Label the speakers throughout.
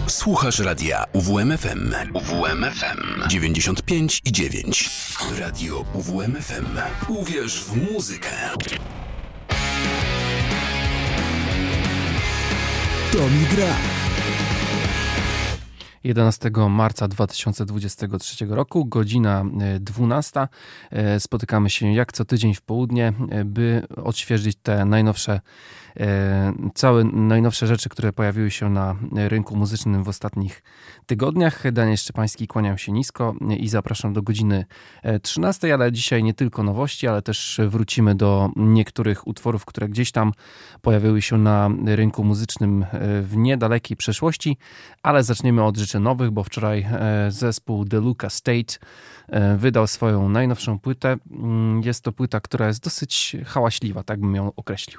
Speaker 1: Słuchasz radia UWMFM. UWMFM 95,9. Radio UWMFM. Uwierz w muzykę.
Speaker 2: To mi gra.
Speaker 3: 11 marca 2023 roku, godzina 12. Spotykamy się jak co tydzień w południe, by odświeżyć te najnowsze rzeczy, które pojawiły się na rynku muzycznym w ostatnich tygodniach. Daniel Szczepański, kłaniam się nisko i zapraszam do godziny 13, ale dzisiaj nie tylko nowości, ale też wrócimy do niektórych utworów, które gdzieś tam pojawiły się na rynku muzycznym w niedalekiej przeszłości, ale zaczniemy od rzeczy nowych, bo wczoraj zespół The Luca State wydał swoją najnowszą płytę. Jest to płyta, która jest dosyć hałaśliwa, tak bym ją określił.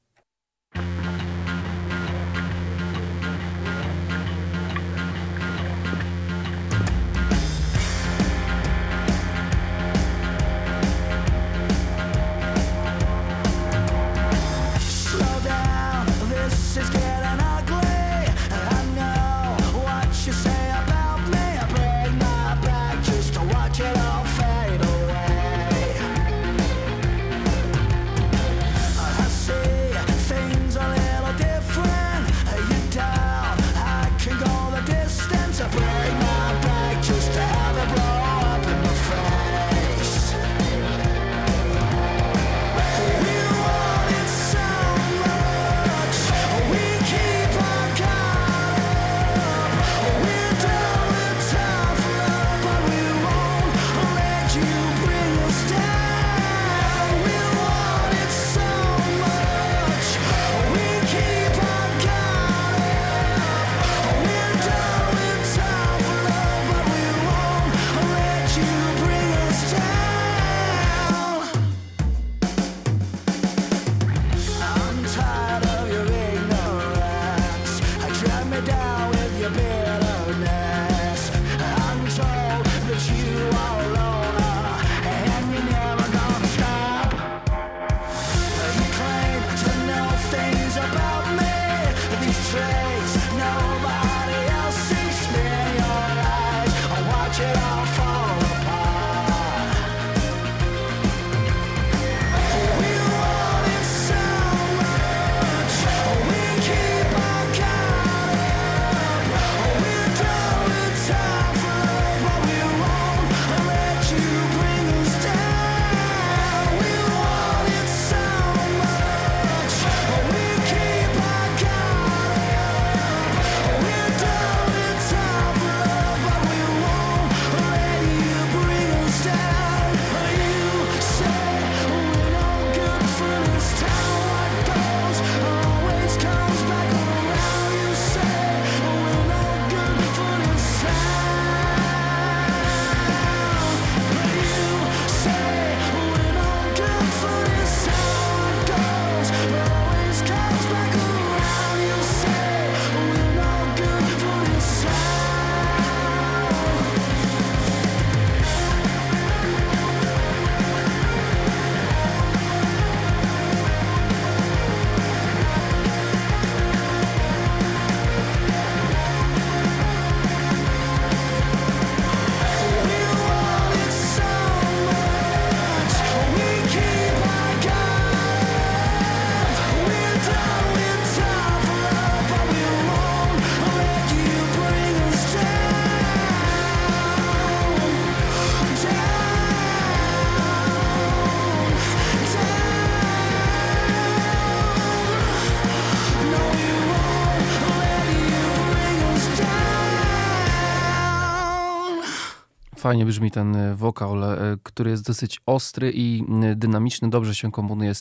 Speaker 3: Fajnie brzmi ten wokal, który jest dosyć ostry i dynamiczny, dobrze się komponuje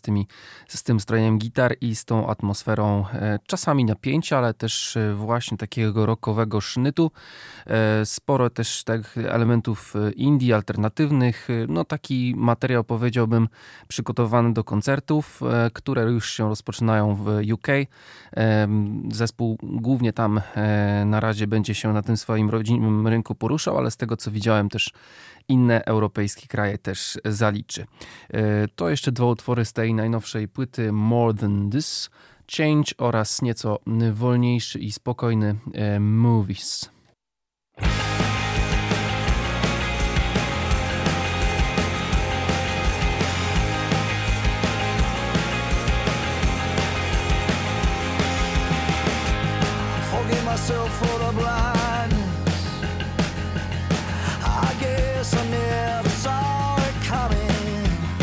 Speaker 3: z tym strojem gitar i z tą atmosferą czasami napięcia, ale też właśnie takiego rockowego sznytu. Sporo też tak elementów indie, alternatywnych. No taki materiał, powiedziałbym, przygotowany do koncertów, które już się rozpoczynają w UK. Zespół głównie tam na razie będzie się na tym swoim rodzinnym rynku poruszał, ale z tego co widziałem też inne europejskie kraje też zaliczy. To jeszcze dwa utwory z tej najnowszej płyty More Than This. Change oraz nieco wolniejszy i spokojny Movies.
Speaker 2: Myself for the blindness. I guess I never saw it coming.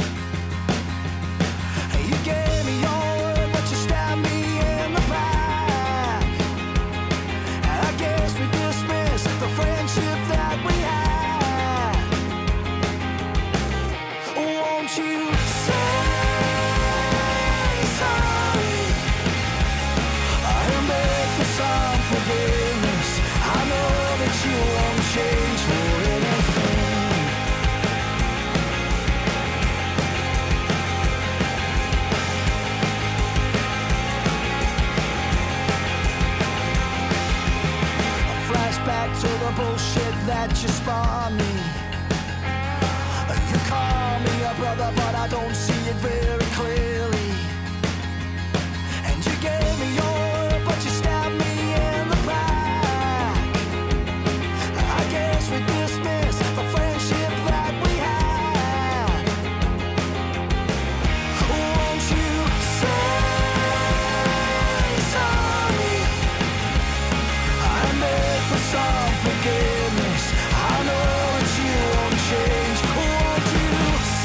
Speaker 2: You gave me your word, but you stabbed me in the back. I guess we dismissed the friendship that we had. Won't you say sorry? I beg for some forgiveness. I know that you won't change for anything. A flashback to the bullshit that you spawned me. You call me a brother, but I don't see it very clearly. And you gave me your word, but you stabbed me in the back. I guess we dismissed the friendship that we had. Won't you say sorry? I beg for some forgiveness. I know that you won't change. Won't you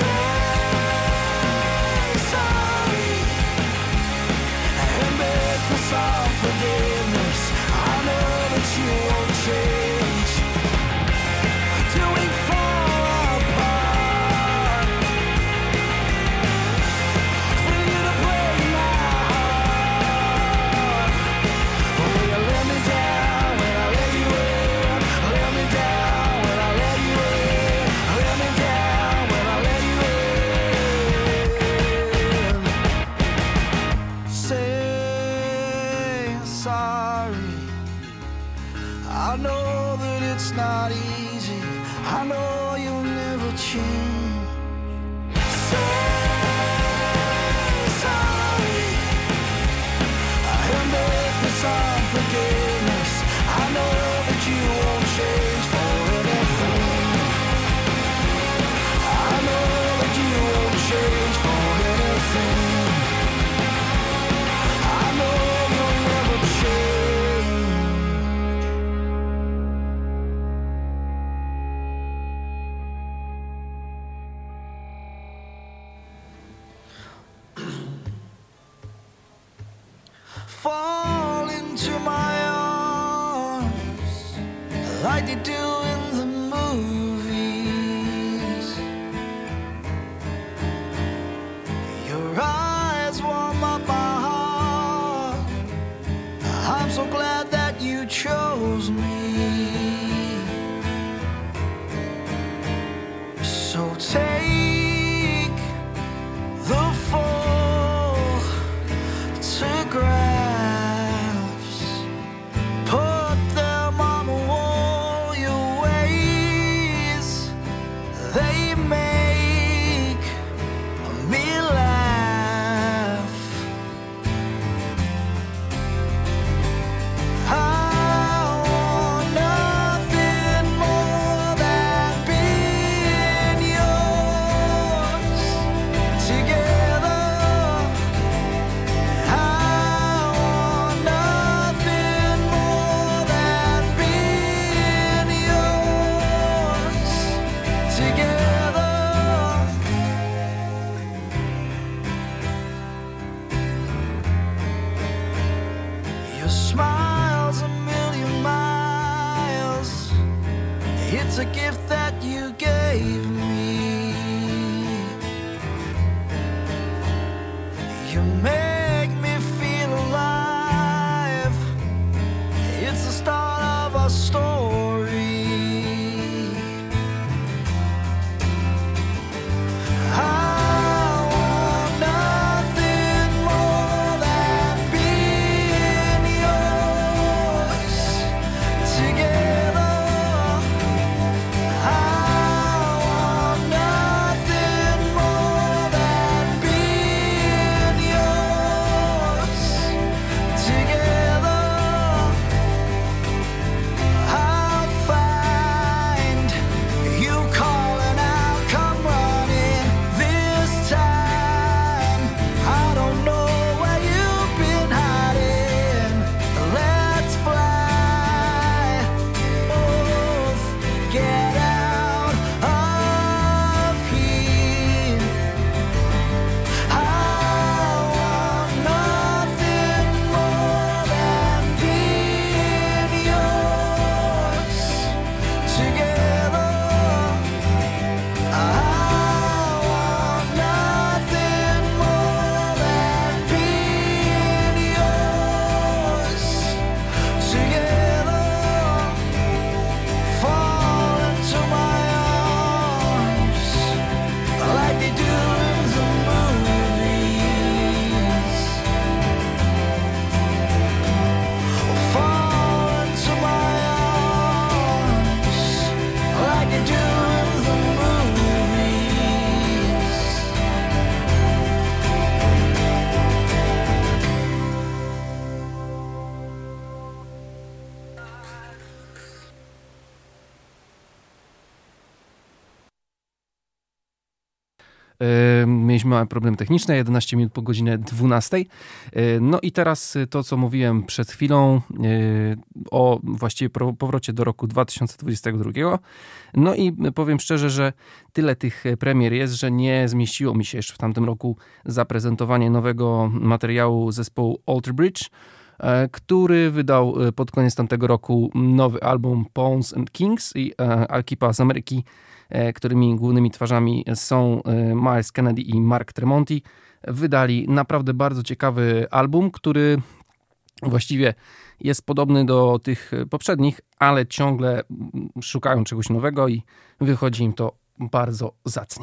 Speaker 2: say sorry? And beg for some forgiveness. I know that you won't change. Till we fall apart, for you to break my heart. Will you let me down when I let you in? Let me down when I let you in. Let me down when I let you in. Say sorry. I know that it's not easy. I know you'll never change. Say sorry. I beg for some forgiveness. I know that you won't change for anything. I know that you won't change for anything. I know you'll never change. Fall into my arms like they do in the movies. Your eyes warm up my heart. I'm so glad that you chose me. So take the photographs, put them on the wall. Your ways, they make me laugh. I want nothing more than being yours together. I want nothing more than being yours together. Your smile's a million miles. It's a gift that you gave me. You make me feel alive. It's the start of a story. I want nothing more than being yours together. I want
Speaker 3: Mieliśmy małe problemy techniczne, 11 minut po godzinie 12. No i teraz to, co mówiłem przed chwilą o właściwie powrocie do roku 2022. No i powiem szczerze, że tyle tych premier jest, że nie zmieściło mi się jeszcze w tamtym roku zaprezentowanie nowego materiału zespołu Alter Bridge, który wydał pod koniec tamtego roku nowy album Pawns and Kings i ekipa z Ameryki, którymi głównymi twarzami są Miles Kennedy i Mark Tremonti, wydali naprawdę bardzo ciekawy album, który właściwie jest podobny do tych poprzednich, ale ciągle szukają czegoś nowego i wychodzi im to bardzo zacnie.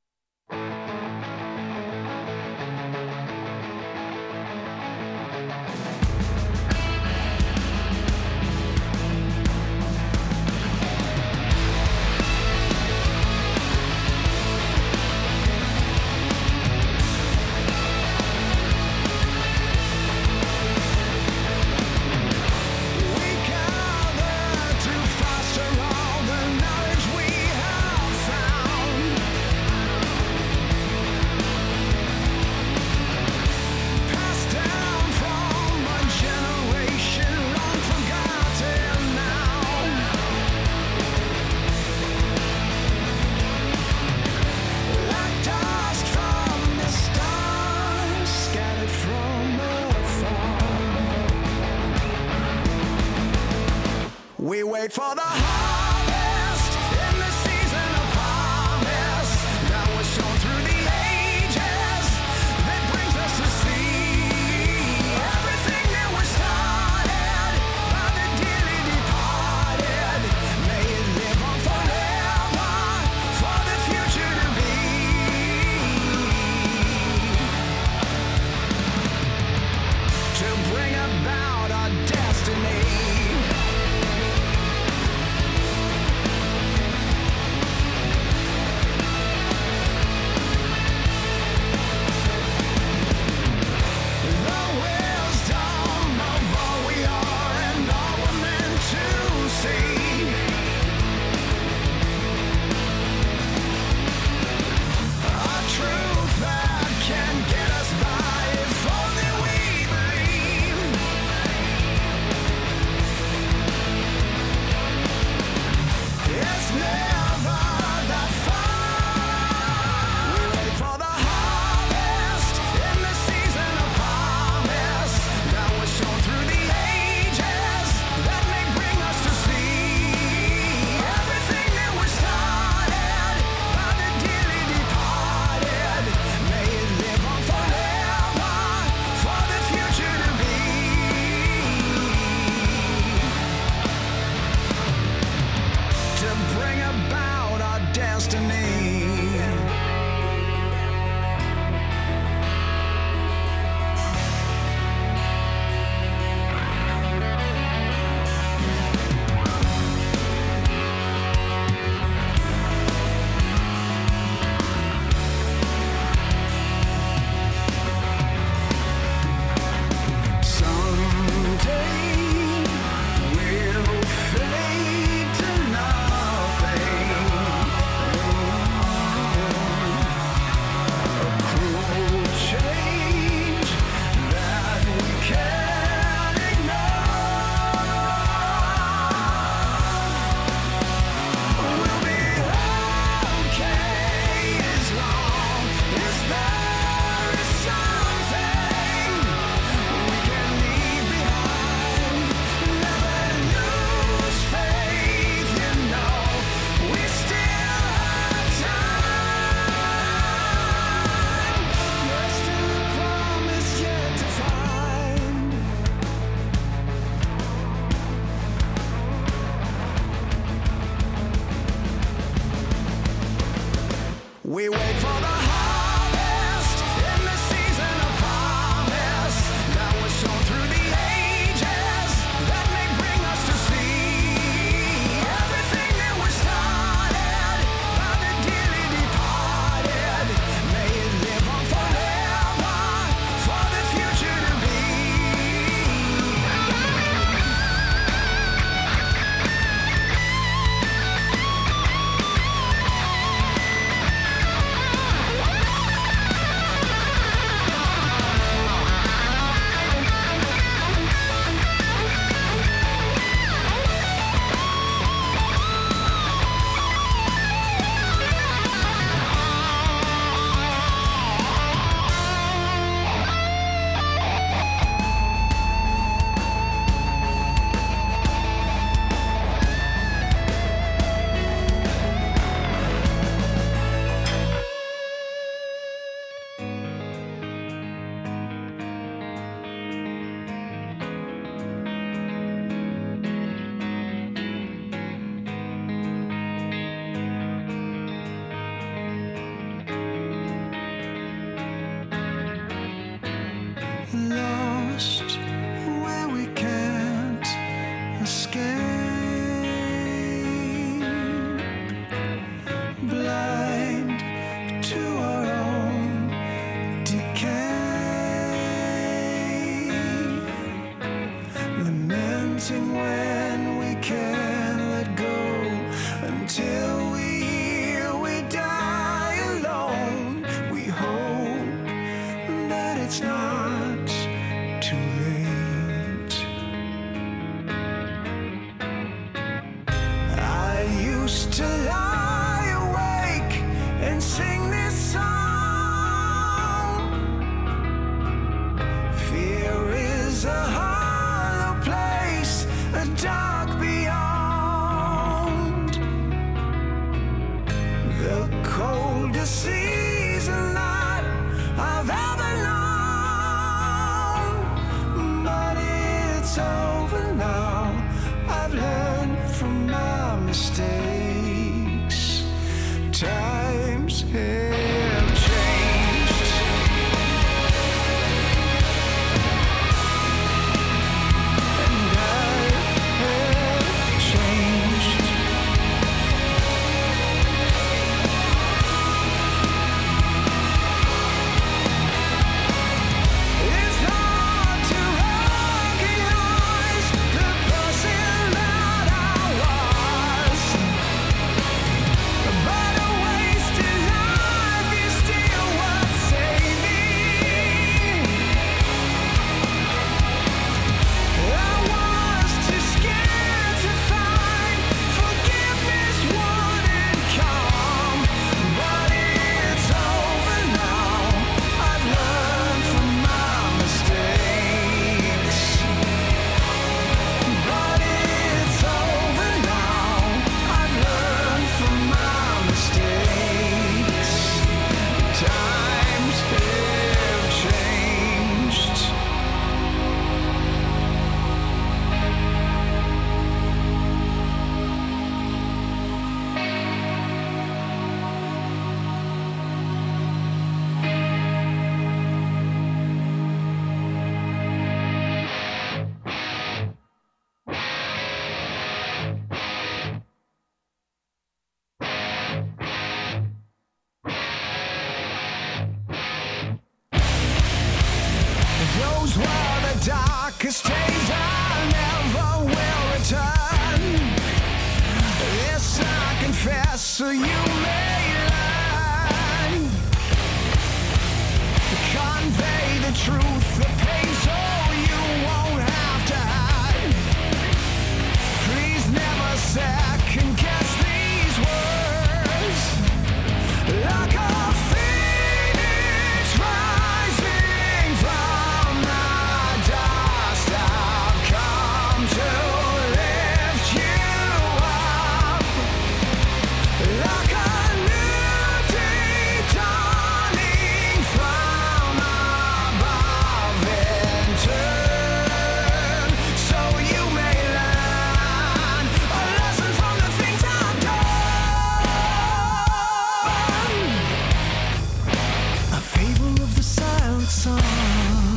Speaker 2: We wait for the harvest in the season of promise that was shown through the ages that brings us to see everything that was started by the dearly departed. May it live on forever for the future to be. To bring about our destiny. We wait for the harvest in the season of promise that was shown through the ages that may bring us to see everything that was started by the dearly departed. May it live on forever for the future to be. so you may learn. Convey the truth, the pain, so you won't have to hide. Please never second guess these words. Like a phoenix rising from the dust, I've come to lift you up. Like a new day dawning from above in turn, so you may learn a lesson from the things I've done. A fable of the silent song.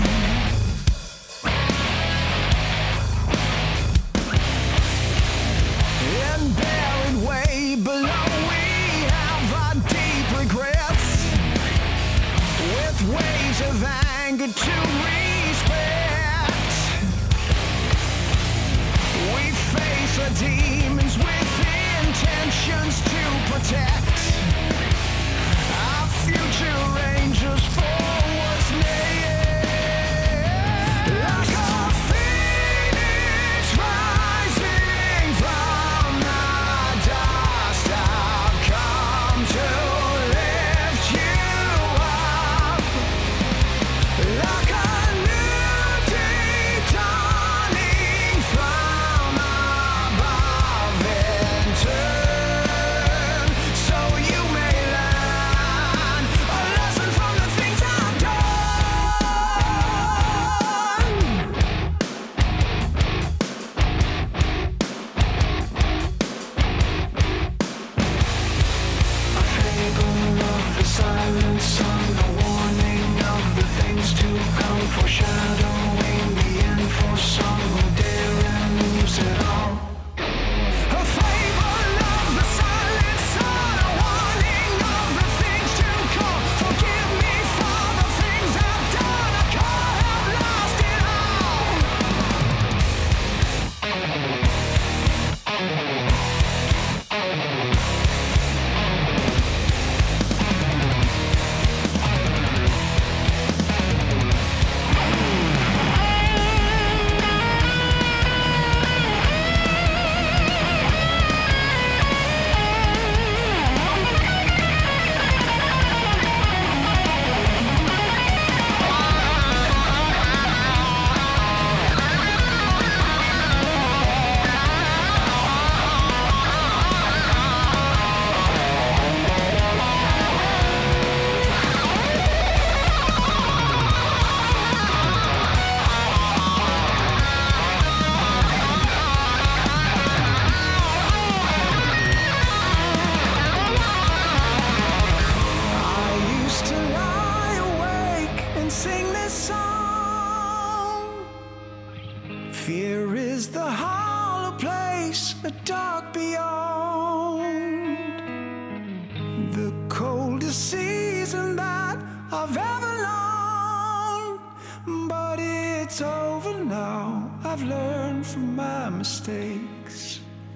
Speaker 2: And buried way below we have our deep regrets, with waves of anger to respect. We face our demons with intentions to protect. Our future angels for what's near. Like a phoenix rising from the dust, I've come to lift you up. Like a new day dawning from above in turn, so you may learn a lesson from the things I've done. A fable of the silent song, a warning of the things to come, foreshadowing the end for some who dare and lose it all. A fable of the silent song, a warning of the things to come. Forgive me for the things I've done, I could have lost it all. I used to lie awake and sing this song. Fear is the hollow place, a dark beyond. The coldest season that I've ever known. But it's over now, I've learned from my mistakes.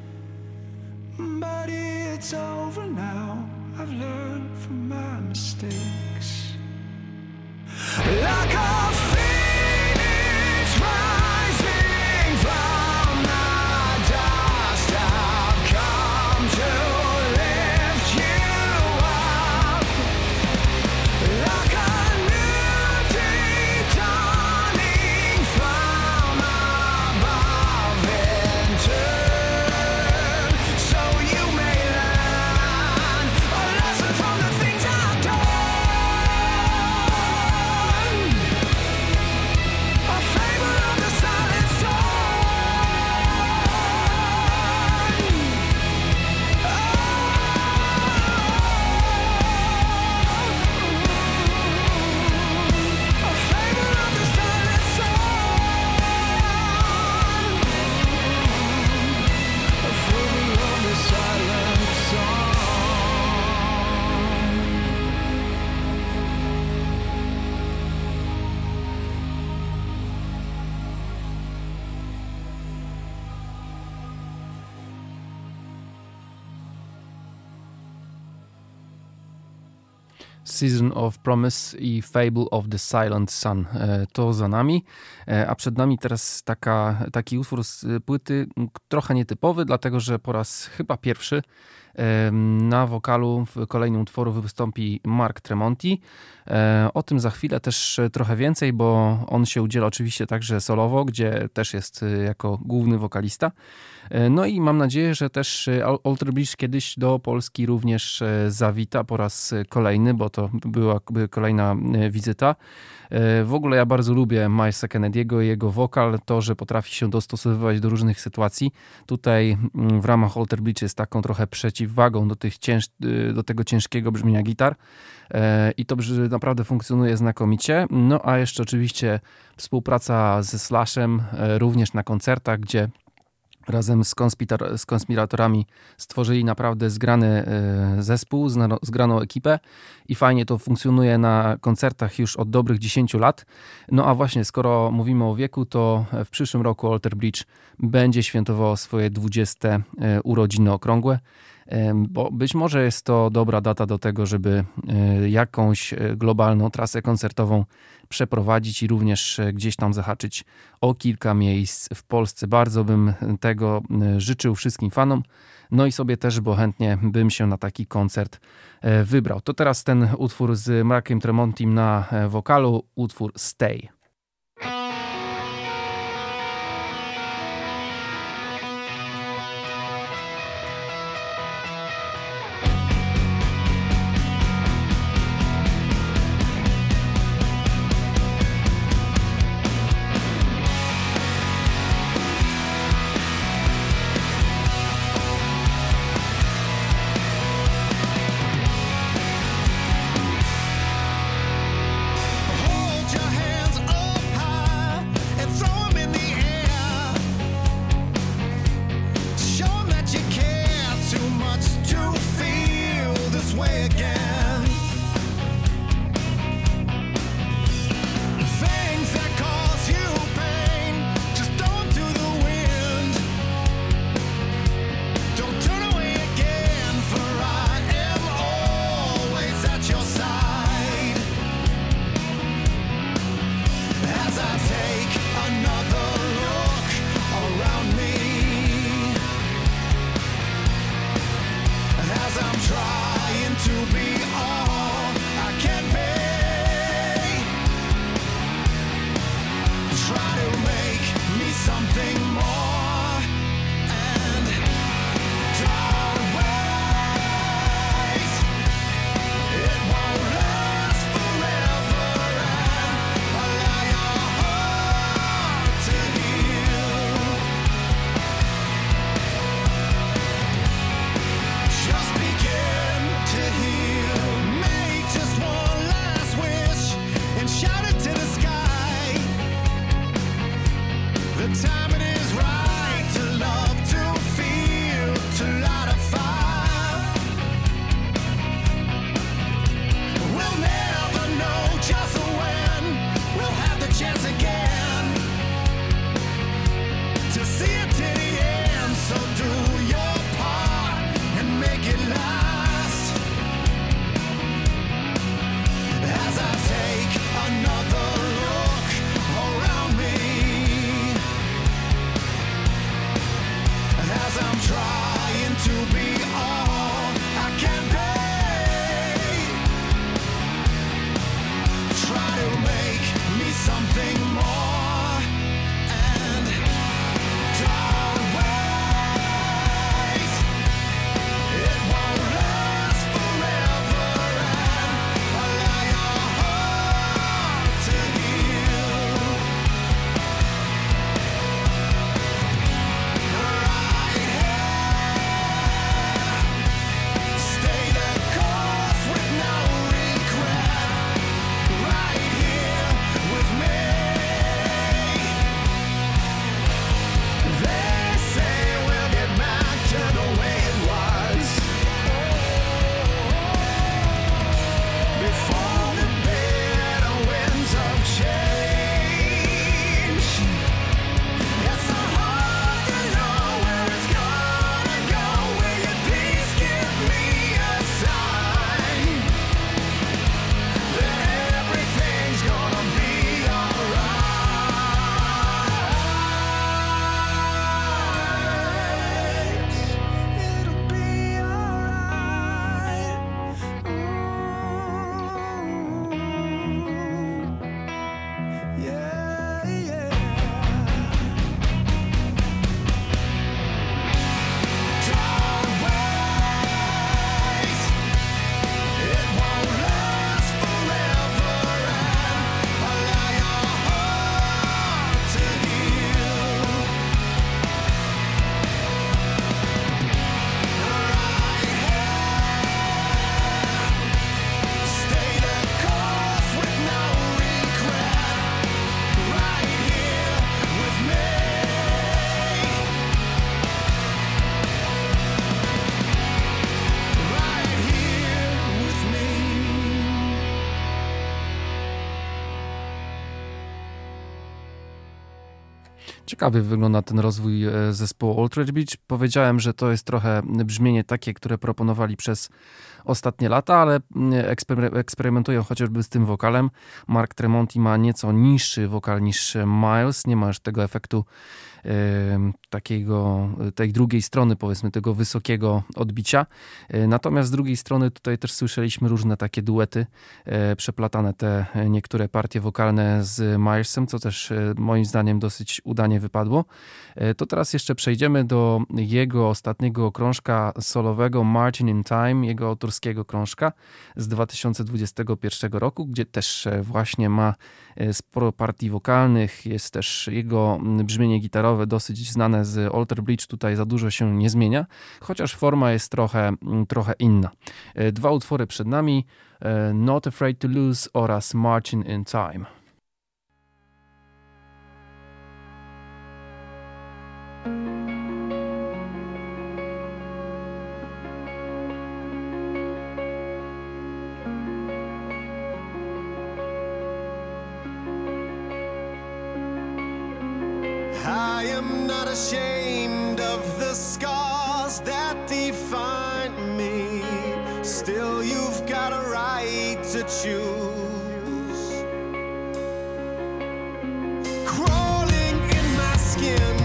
Speaker 2: But it's over now, I've learned from my mistakes. Like a phoenix rising from the dust, I've come to lift you up. Like a new day dawning from above in turn, so you may learn a lesson from the things I've done.
Speaker 3: Season of Promise i Fable of the Silent Sun. To za nami, a przed nami teraz taki utwór z płyty trochę nietypowy, dlatego że po raz chyba pierwszy na wokalu w kolejnym utworu wystąpi Mark Tremonti. O tym za chwilę też trochę więcej, bo on się udziela oczywiście także solowo, gdzie też jest jako główny wokalista. No i mam nadzieję, że też Alter Bridge kiedyś do Polski również zawita po raz kolejny, bo to była kolejna wizyta. W ogóle ja bardzo lubię Milesa Kennedy'ego i jego wokal, to, że potrafi się dostosowywać do różnych sytuacji. Tutaj w ramach Alter Bridge jest taką trochę przeciwwagą do tego ciężkiego brzmienia gitar i to naprawdę funkcjonuje znakomicie. No a jeszcze oczywiście współpraca ze Slashem również na koncertach, gdzie razem z konspiratorami stworzyli naprawdę zgrany zespół, zgraną ekipę i fajnie to funkcjonuje na koncertach już od dobrych 10 lat. No a właśnie, skoro mówimy o wieku, to w przyszłym roku Alter Bridge będzie świętowało swoje 20 urodziny okrągłe, bo być może jest to dobra data do tego, żeby jakąś globalną trasę koncertową przeprowadzić i również gdzieś tam zahaczyć o kilka miejsc w Polsce. Bardzo bym tego życzył wszystkim fanom, no i sobie też, bo chętnie bym się na taki koncert wybrał. To teraz ten utwór z Markiem Tremontim na wokalu, utwór Stay.
Speaker 2: Hold your hands
Speaker 3: Ciekawie wygląda ten rozwój zespołu Altered Beach. Powiedziałem, że to jest trochę brzmienie takie, które proponowali przez ostatnie lata, ale eksperymentują chociażby z tym wokalem. Mark Tremonti ma nieco niższy wokal niż Miles, nie ma już tego efektu tej drugiej strony, powiedzmy, tego wysokiego odbicia. Natomiast z drugiej strony tutaj też słyszeliśmy różne takie duety, przeplatane te niektóre partie wokalne z Milesem, co też moim zdaniem dosyć udanie wypadło. To teraz jeszcze przejdziemy do jego ostatniego krążka solowego Marching in Time, jego autorskiego krążka z 2021 roku, gdzie też właśnie ma sporo partii wokalnych, jest też jego brzmienie gitarowe dosyć znane z Altered Beach, tutaj za dużo się nie zmienia, chociaż forma jest trochę inna. Dwa utwory przed nami, Not Afraid to Lose oraz Marching in Time.
Speaker 2: I am not ashamed of the scars that define me. Still, you've got a right to choose. Crawling in my skin.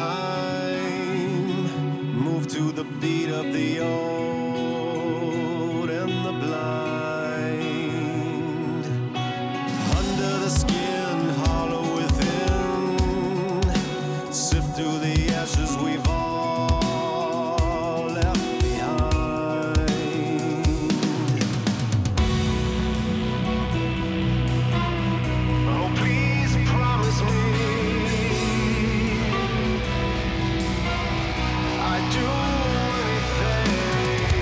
Speaker 4: time, move to the beat of the old and the blind. Under the skin, hollow within, sift through the ashes we've all left behind. Oh, please promise me I'd do anything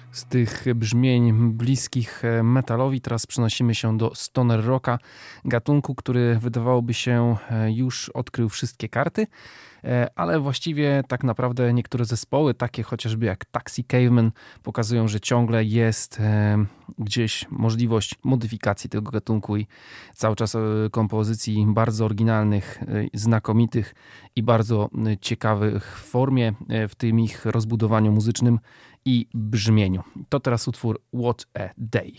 Speaker 3: Z tych brzmień bliskich metalowi teraz przenosimy się do stoner rocka, gatunku, który wydawałoby się już odkrył wszystkie karty, ale właściwie tak naprawdę niektóre zespoły, takie chociażby jak Taxi Caveman, pokazują, że ciągle jest gdzieś możliwość modyfikacji tego gatunku i cały czas kompozycji bardzo oryginalnych, znakomitych i bardzo ciekawych w formie, w tym ich rozbudowaniu muzycznym i brzmieniu. To teraz utwór What a Day.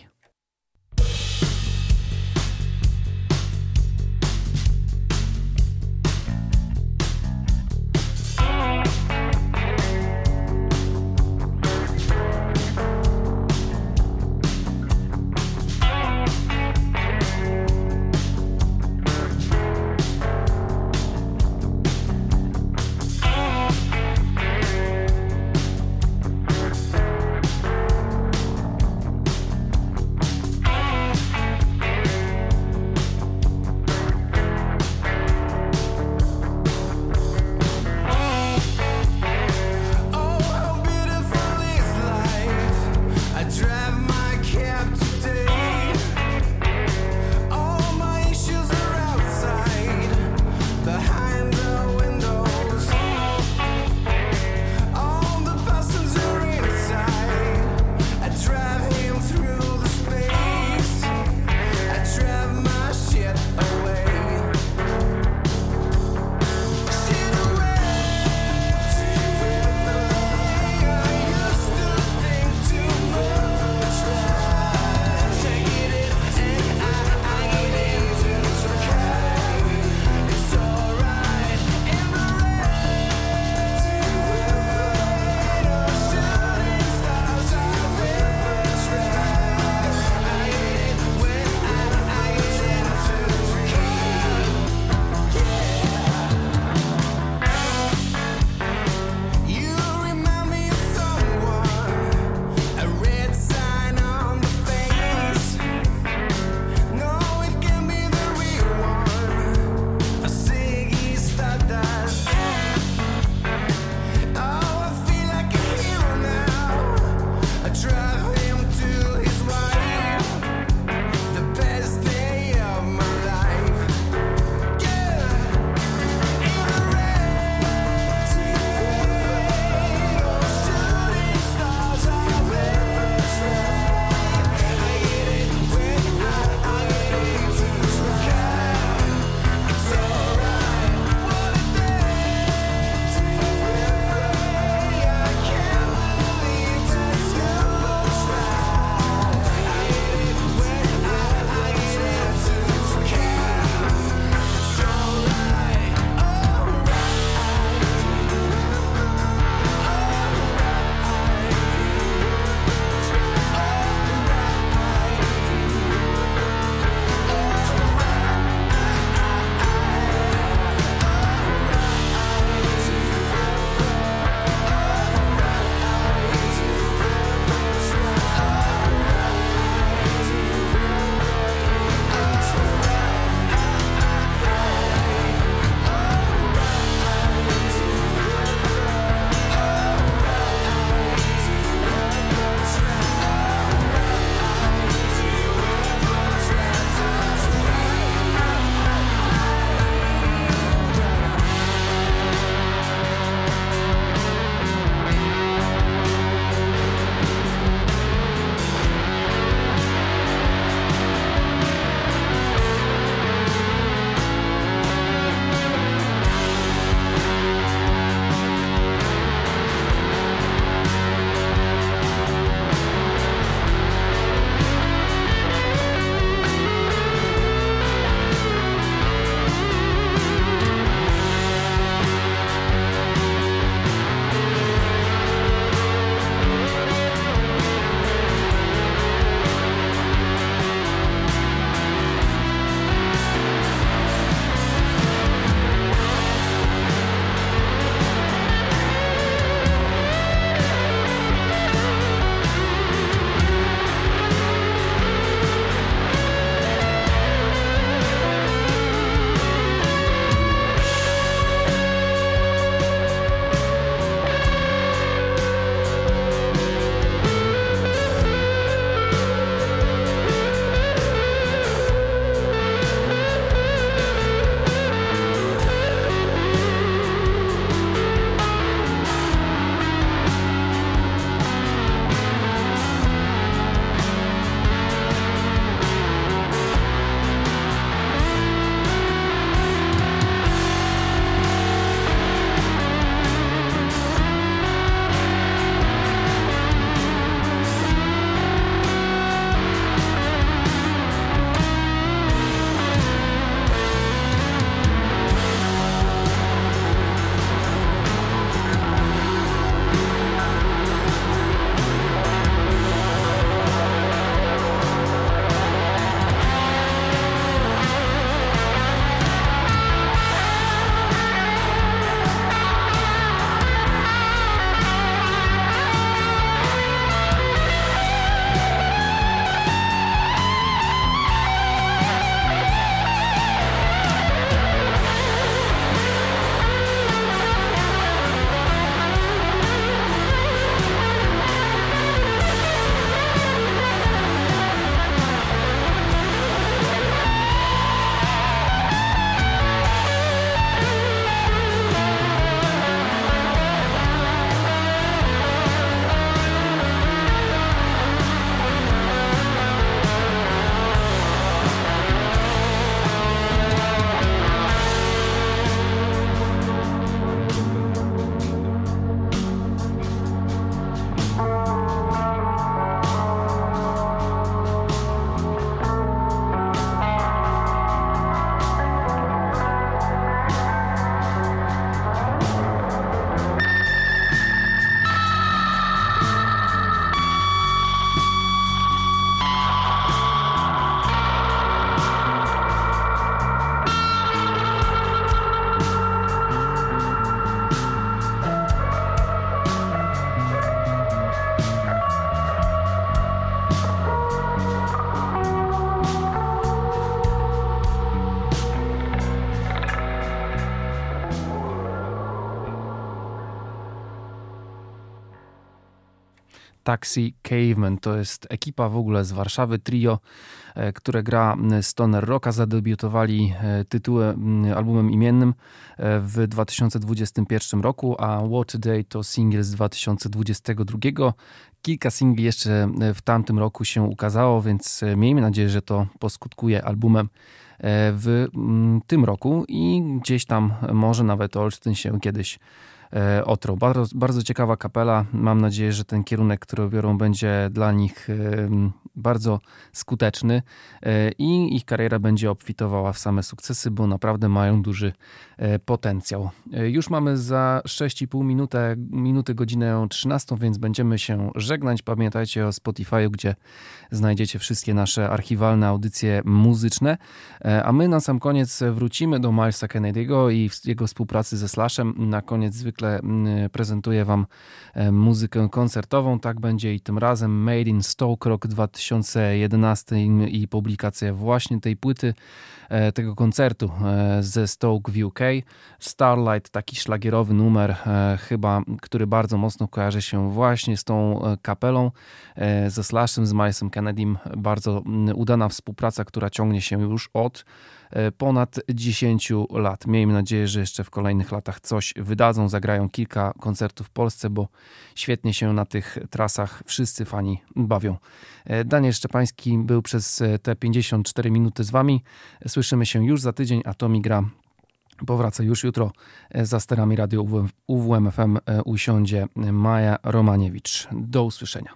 Speaker 3: Taxi Cavemen. To jest ekipa w ogóle z Warszawy, trio, które gra stoner rocka. Zadebiutowali albumem imiennym w 2021 roku, a What a Day to singiel z 2022. Kilka singli jeszcze w tamtym roku się ukazało, więc miejmy nadzieję, że to poskutkuje albumem w tym roku i gdzieś tam może nawet Olsztyn się kiedyś otrą. Bardzo ciekawa kapela. Mam nadzieję, że ten kierunek, który biorą, będzie dla nich bardzo skuteczny i ich kariera będzie obfitowała w same sukcesy, bo naprawdę mają duży potencjał. Już mamy za 6,5 minuty godzinę 13, więc będziemy się żegnać. Pamiętajcie o Spotify'u, gdzie znajdziecie wszystkie nasze archiwalne audycje muzyczne, a my na sam koniec wrócimy do Milesa Kennedy'ego i jego współpracy ze Slashem. Na koniec zwykle prezentuję wam muzykę koncertową. Tak będzie i tym razem. Made in Stoke, rok 2011 i publikacja właśnie tej płyty, tego koncertu ze Stoke w UK. Starlight, taki szlagierowy numer chyba, który bardzo mocno kojarzy się właśnie z tą kapelą, ze Slashem, z Milesem Kennedym. Bardzo udana współpraca, która ciągnie się już od ponad 10 lat. Miejmy nadzieję, że jeszcze w kolejnych latach coś wydadzą, zagrają kilka koncertów w Polsce, bo świetnie się na tych trasach wszyscy fani bawią. Daniel Szczepański był przez te 54 minuty z wami. Słyszymy się już za tydzień, a Tomi Gra powraca już jutro. Za sterami Radio UWMFM usiądzie Maja Romaniewicz. Do usłyszenia.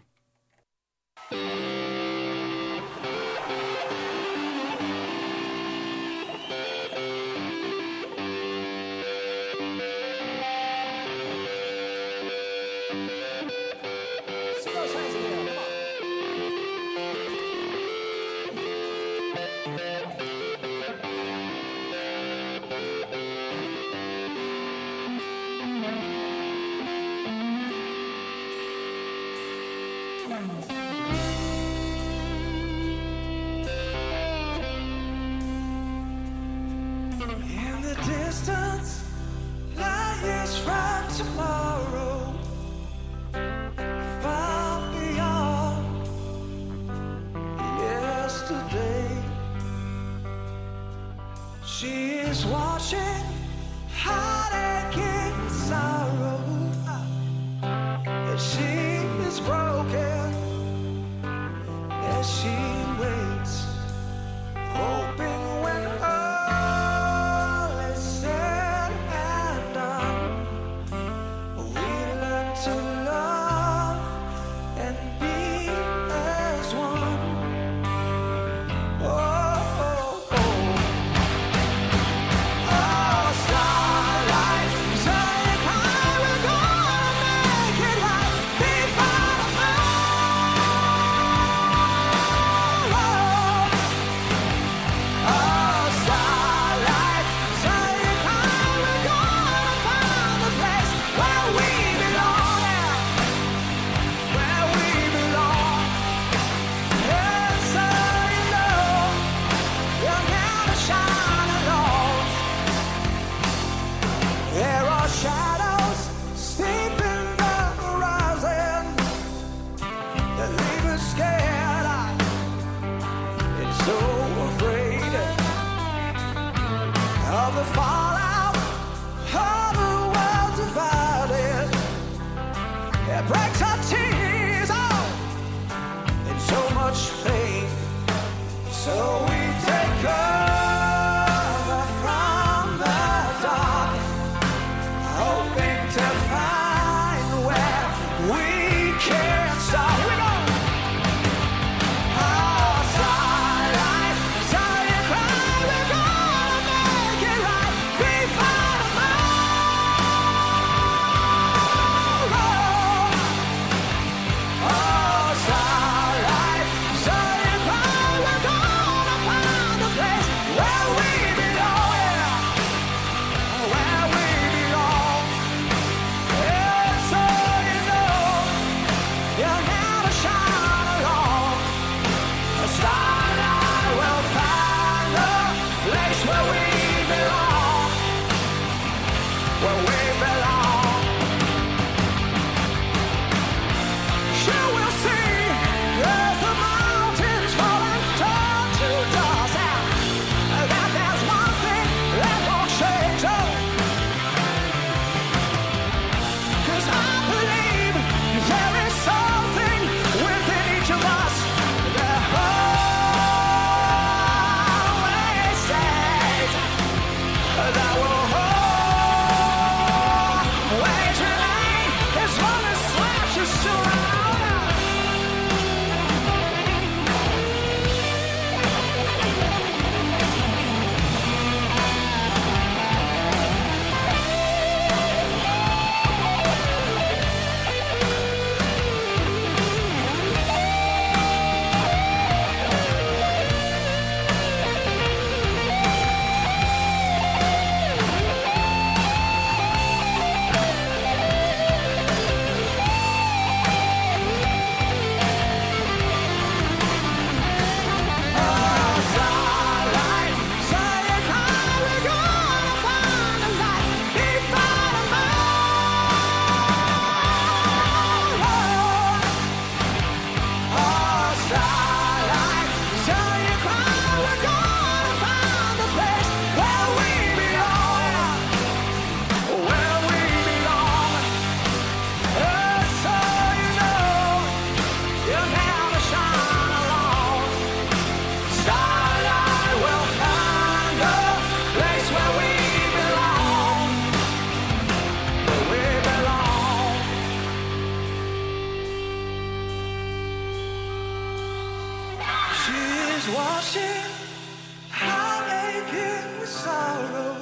Speaker 2: washing her aching with sorrow.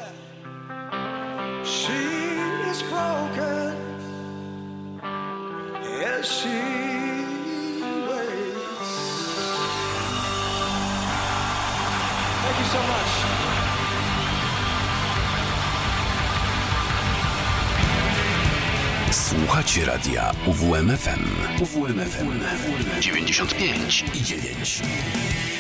Speaker 2: She is broken as she waits. Thank you so much.
Speaker 1: Słuchacie radia UWMFM. UWMFM 95 i 9.